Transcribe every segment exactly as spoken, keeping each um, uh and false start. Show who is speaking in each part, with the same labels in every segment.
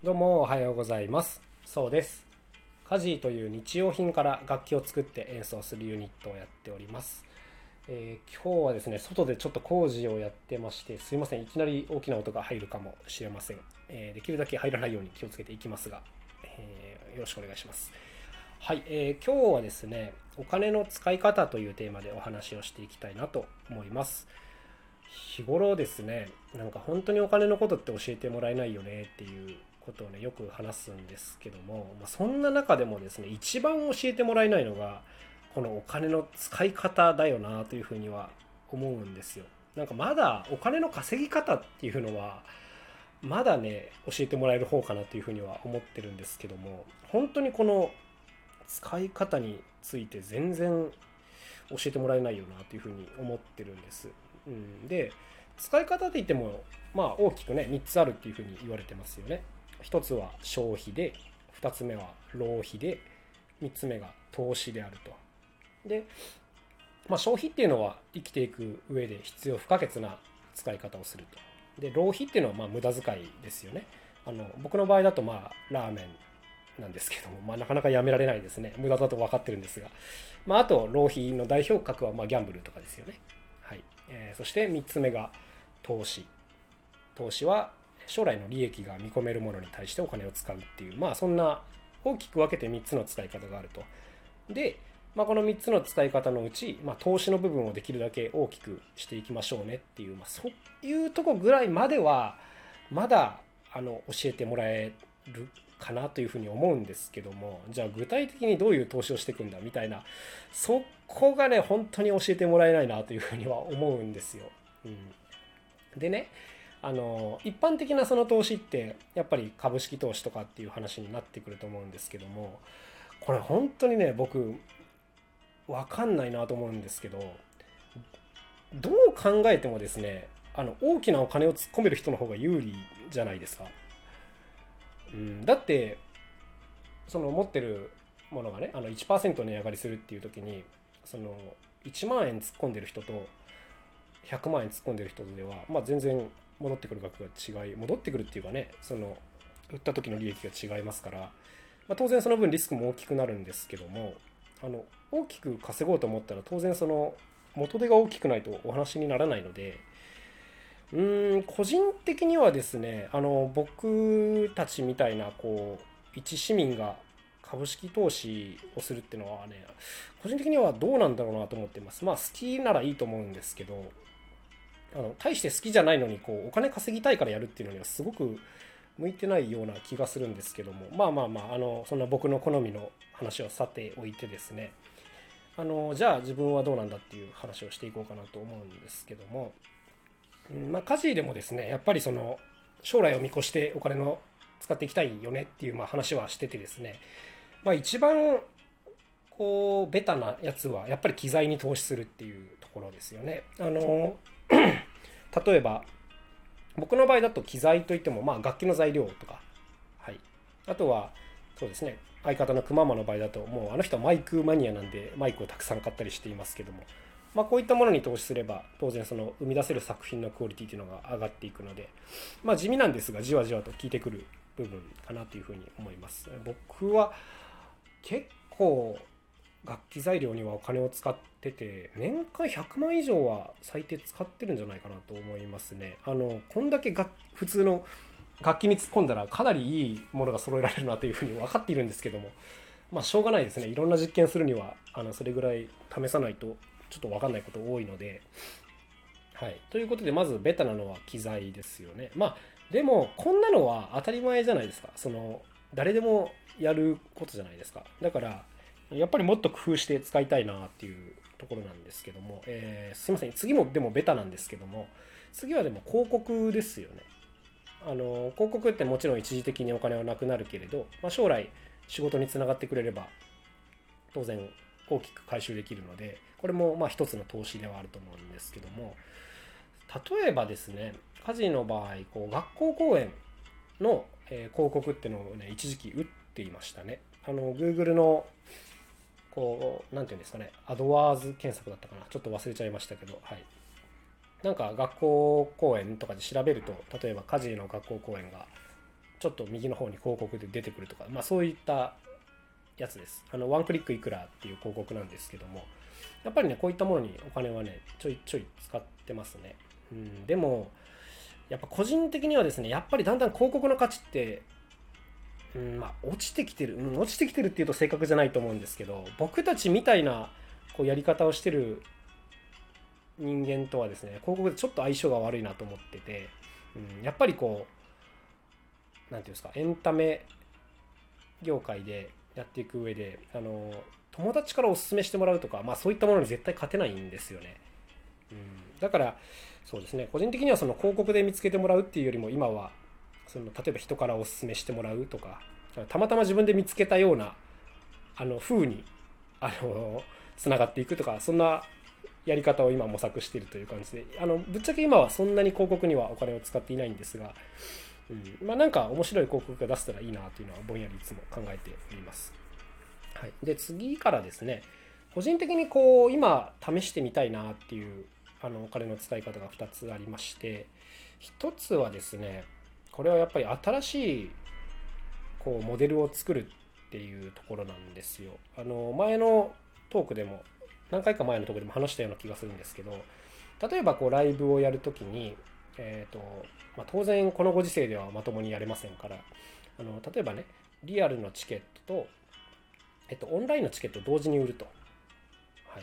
Speaker 1: どうもおはようございます。そうです。家事という日用品から楽器を作って演奏するユニットをやっております。えー今日はですね、外でちょっと工事をやってまして、すいません、いきなり大きな音が入るかもしれません。えーできるだけ入らないように気をつけていきますが、えーよろしくお願いします。はい、えー今日はですね、お金の使い方というテーマでお話をしていきたいなと思います。日頃ですね、なんか本当にお金のことって教えてもらえないよねっていうことをね、よく話すんですけども、まあ、そんな中でもですね、一番教えてもらえないのが、このお金の使い方だよなというふうには思うんですよ。なんかまだお金の稼ぎ方っていうのは、まだね、教えてもらえる方かなというふうには思ってるんですけども、本当にこの使い方について全然教えてもらえないよなというふうに思ってるんです。うん、で使い方で言ってもまあ大きくねみっつあるっていうふうに言われてますよね。ひとつは消費で、ふたつめは浪費で、みっつめが投資であると。で、まあ、消費っていうのは生きていく上で必要不可欠な使い方をすると。で浪費っていうのはまあ無駄遣いですよね。あの僕の場合だとまあラーメンなんですけども、まあ、なかなかやめられないですね。無駄だと分かってるんですが、まあ、あと浪費の代表格はまあギャンブルとかですよね。はい。えーそしてみっつめが投資。投資は将来の利益が見込めるものに対してお金を使うっていう、まあそんな大きく分けてみっつの使い方があると。で、まあ、このみっつの使い方のうち、まあ、投資の部分をできるだけ大きくしていきましょうねっていう、まあ、そういうとこぐらいまではまだあの教えてもらえるかなというふうに思うんですけども、じゃあ具体的にどういう投資をしていくんだみたいな、そこがね本当に教えてもらえないなというふうには思うんですよ。うん、でね、あの一般的なその投資ってやっぱり株式投資とかっていう話になってくると思うんですけども、これ本当にね僕分かんないなと思うんですけど、どう考えてもですね、あの大きなお金を突っ込める人の方が有利じゃないですか。うん、だってその持ってるものがね、あのいちパーセント値上がりするっていう時に、そのいちまん円突っ込んでる人とひゃくまん円突っ込んでる人では、まあ、全然戻ってくる額が違い、戻ってくるっていうかね、その売った時の利益が違いますから、まあ、当然その分リスクも大きくなるんですけども、あの大きく稼ごうと思ったら当然その元手が大きくないとお話にならないので、うーん個人的にはですね、あの僕たちみたいなこう一市民が株式投資をするっていうのはね、個人的にはどうなんだろうなと思ってます。まあ好きならいいと思うんですけど、あの大して好きじゃないのにこうお金稼ぎたいからやるっていうのにはすごく向いてないような気がするんですけども、まあまあまあ、あのそんな僕の好みの話をさておいてですね、あのじゃあ自分はどうなんだっていう話をしていこうかなと思うんですけども、うんまあ、家事でもですね、やっぱりその将来を見越してお金の使っていきたいよねっていうまあ話はしててですね、まあ、一番こうベタなやつはやっぱり機材に投資するっていうところですよね。あの例えば僕の場合だと機材といってもまあ楽器の材料とか、はい、あとはそうですね、相方のくままの場合だともうあの人はマイクマニアなんでマイクをたくさん買ったりしていますけども、まあ、こういったものに投資すれば当然その生み出せる作品のクオリティというのが上がっていくので、まあ、地味なんですがじわじわと効いてくる部分かなというふうに思います。僕は結構楽器材料にはお金を使ってて、年間ひゃくまん以上は最低使ってるんじゃないかなと思いますね。あのこんだけ楽普通の楽器に突っ込んだらかなりいいものが揃えられるなというふうに分かっているんですけども、まあしょうがないですね。いろんな実験するにはあのそれぐらい試さないとちょっと分かんないこと多いので、はい。ということでまずベタなのは機材ですよね。まあでもこんなのは当たり前じゃないですか。その誰でもやることじゃないですか。だからやっぱりもっと工夫して使いたいなっていうところなんですけども、えーすいません、次もでもベタなんですけども、次はでも広告ですよね。あの広告ってもちろん一時的にお金はなくなるけれど、まあ、将来仕事につながってくれれば当然大きく回収できるので、これもまあ一つの投資ではあると思うんですけども、例えばですね、家事の場合こう学校講演の、えー広告っていうのをね一時期打っていましたね。あの Google のこうなんていうんですかね、アドワーズ検索だったかな、ちょっと忘れちゃいましたけど、はい、なんか学校講演とかで調べると、例えば家事の学校講演がちょっと右の方に広告で出てくるとか、まあ、そういったやつです。あのワンクリックいくらっていう広告なんですけども、やっぱりねこういったものにお金はねちょいちょい使ってますね。うん、でもやっぱ個人的にはですね、やっぱりだんだん広告の価値って、うんまあ、落ちてきてる、うん、落ちてきてるっていうと正確じゃないと思うんですけど、僕たちみたいなこうやり方をしてる人間とはですね、広告でちょっと相性が悪いなと思ってて、うん、やっぱりこうなんていうんですか、エンタメ業界でやっていく上で、あの友達からおすすめしてもらうとか、まあ、そういったものに絶対勝てないんですよね。うん、だからそうですね、個人的にはその広告で見つけてもらうっていうよりも、今はその例えば人からおすすめしてもらうとか、たまたま自分で見つけたようなあの風にあのつながっていくとか、そんなやり方を今模索しているという感じで、あのぶっちゃけ今はそんなに広告にはお金を使っていないんですが、うん、まあなんか面白い広告が出せたらいいなというのはぼんやりいつも考えております。はい、で次からですね、個人的にこう今試してみたいなっていうあのお金の使い方がふたつありまして、ひとつはですね、これはやっぱり新しいこうモデルを作るっていうところなんですよ。あの前のトークでも何回か前のトークでも話したような気がするんですけど、例えばこうライブをやるときに、えーとまあ、当然このご時世ではまともにやれませんから、あの例えばねリアルのチケットと、えっと、オンラインのチケットを同時に売ると。はい、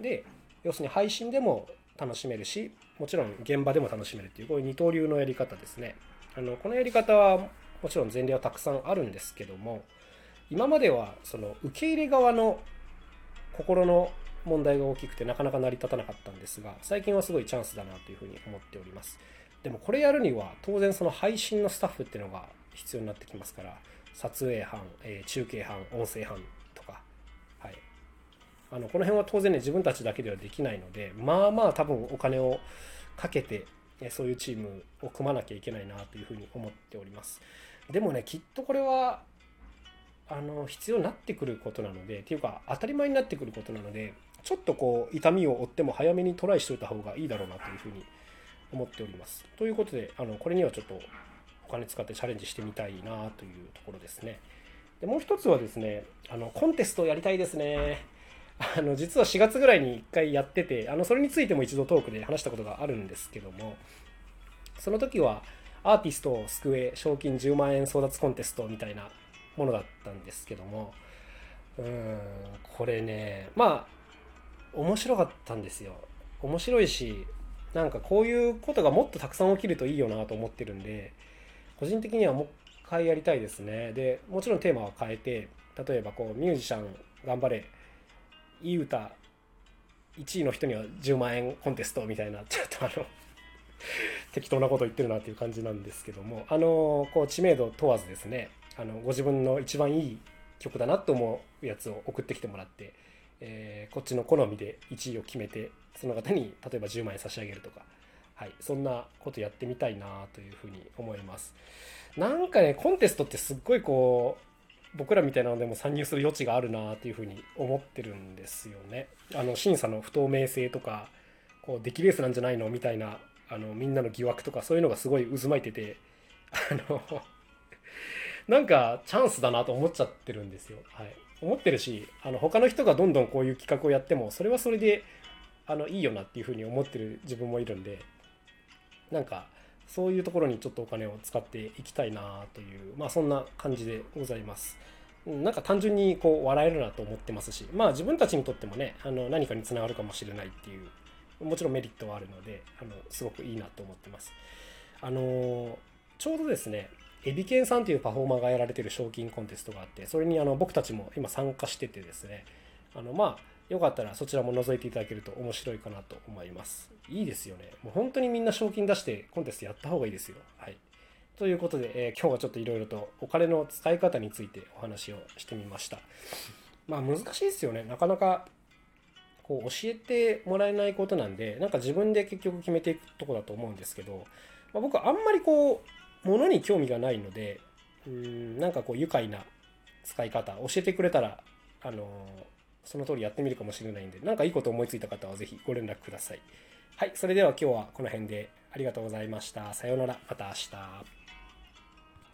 Speaker 1: で要するに配信でも楽しめるし、もちろん現場でも楽しめるっていう、こういう二刀流のやり方ですね。あのこのやり方はもちろん前例はたくさんあるんですけども、今まではその受け入れ側の心の問題が大きくてなかなか成り立たなかったんですが、最近はすごいチャンスだなというふうに思っております。でもこれやるには当然その配信のスタッフっていうのが必要になってきますから、撮影班、えー、中継班、音声班とか、はい、あのこの辺は当然ね自分たちだけではできないので、まあまあ多分お金をかけてそういうチームを組まなきゃいけないなというふうに思っております。でもねきっとこれはあの必要になってくることなので、っていうか当たり前になってくることなので、ちょっとこう痛みを負っても早めにトライしておいた方がいいだろうなというふうに思っております。ということで、あのこれにはちょっとお金使ってチャレンジしてみたいなというところですね。でもう一つはですね、あのコンテストをやりたいですね。あの実はしがつぐらいにいっかいやってて、あのそれについても一度トークで話したことがあるんですけども、その時はアーティストを救え賞金じゅうまんえん争奪コンテストみたいなものだったんですけども、うーんこれね、まあ面白かったんですよ。面白いし、なんかこういうことがもっとたくさん起きるといいよなと思ってるんで、個人的にはもう一回やりたいですね。でもちろんテーマは変えて、例えばこうミュージシャン頑張れ、いい歌いちいの人にはじゅうまんえんコンテストみたいな、ちょっとあの適当なこと言ってるなっていう感じなんですけども、あのこう知名度問わずですね、あのご自分の一番いい曲だなと思うやつを送ってきてもらって、えーこっちの好みでいちいを決めて、その方に例えばじゅうまんえん差し上げるとか、はい、そんなことやってみたいなというふうに思います。なんかねコンテストってすっごいこう僕らみたいなのでも参入する余地があるなというふうに思ってるんですよね。あの審査の不透明性とか、こう出来レースなんじゃないのみたいな、あのみんなの疑惑とかそういうのがすごい渦巻いてて、あのなんかチャンスだなと思っちゃってるんですよ。はい、思ってるし、あの他の人がどんどんこういう企画をやってもそれはそれであのいいよなっていうふうに思ってる自分もいるんで、なんかそういうところにちょっとお金を使っていきたいなという、まあそんな感じでございます。なんか単純にこう笑えるなと思ってますし、まあ自分たちにとってもね、あの何かにつながるかもしれないっていう、もちろんメリットはあるので、あのすごくいいなと思ってます。あのちょうどですね、エビケンさんというパフォーマーがやられている賞金コンテストがあって、それにあの僕たちも今参加しててですね、あのまあよかったらそちらも覗いていただけると面白いかなと思います。いいですよね。もう本当にみんな賞金出してコンテストやった方がいいですよ。はい。ということで、えー今日はちょっといろいろとお金の使い方についてお話をしてみました。まあ難しいですよね。なかなかこう教えてもらえないことなんで、なんか自分で結局決めていくとこだと思うんですけど、まあ、僕はあんまりこう物に興味がないので、うーんなんかこう愉快な使い方教えてくれたら、あのーその通りやってみるかもしれないんで、なんかいいこと思いついた方はぜひご連絡ください。はい、それでは今日はこの辺でありがとうございました。さようなら、また明日。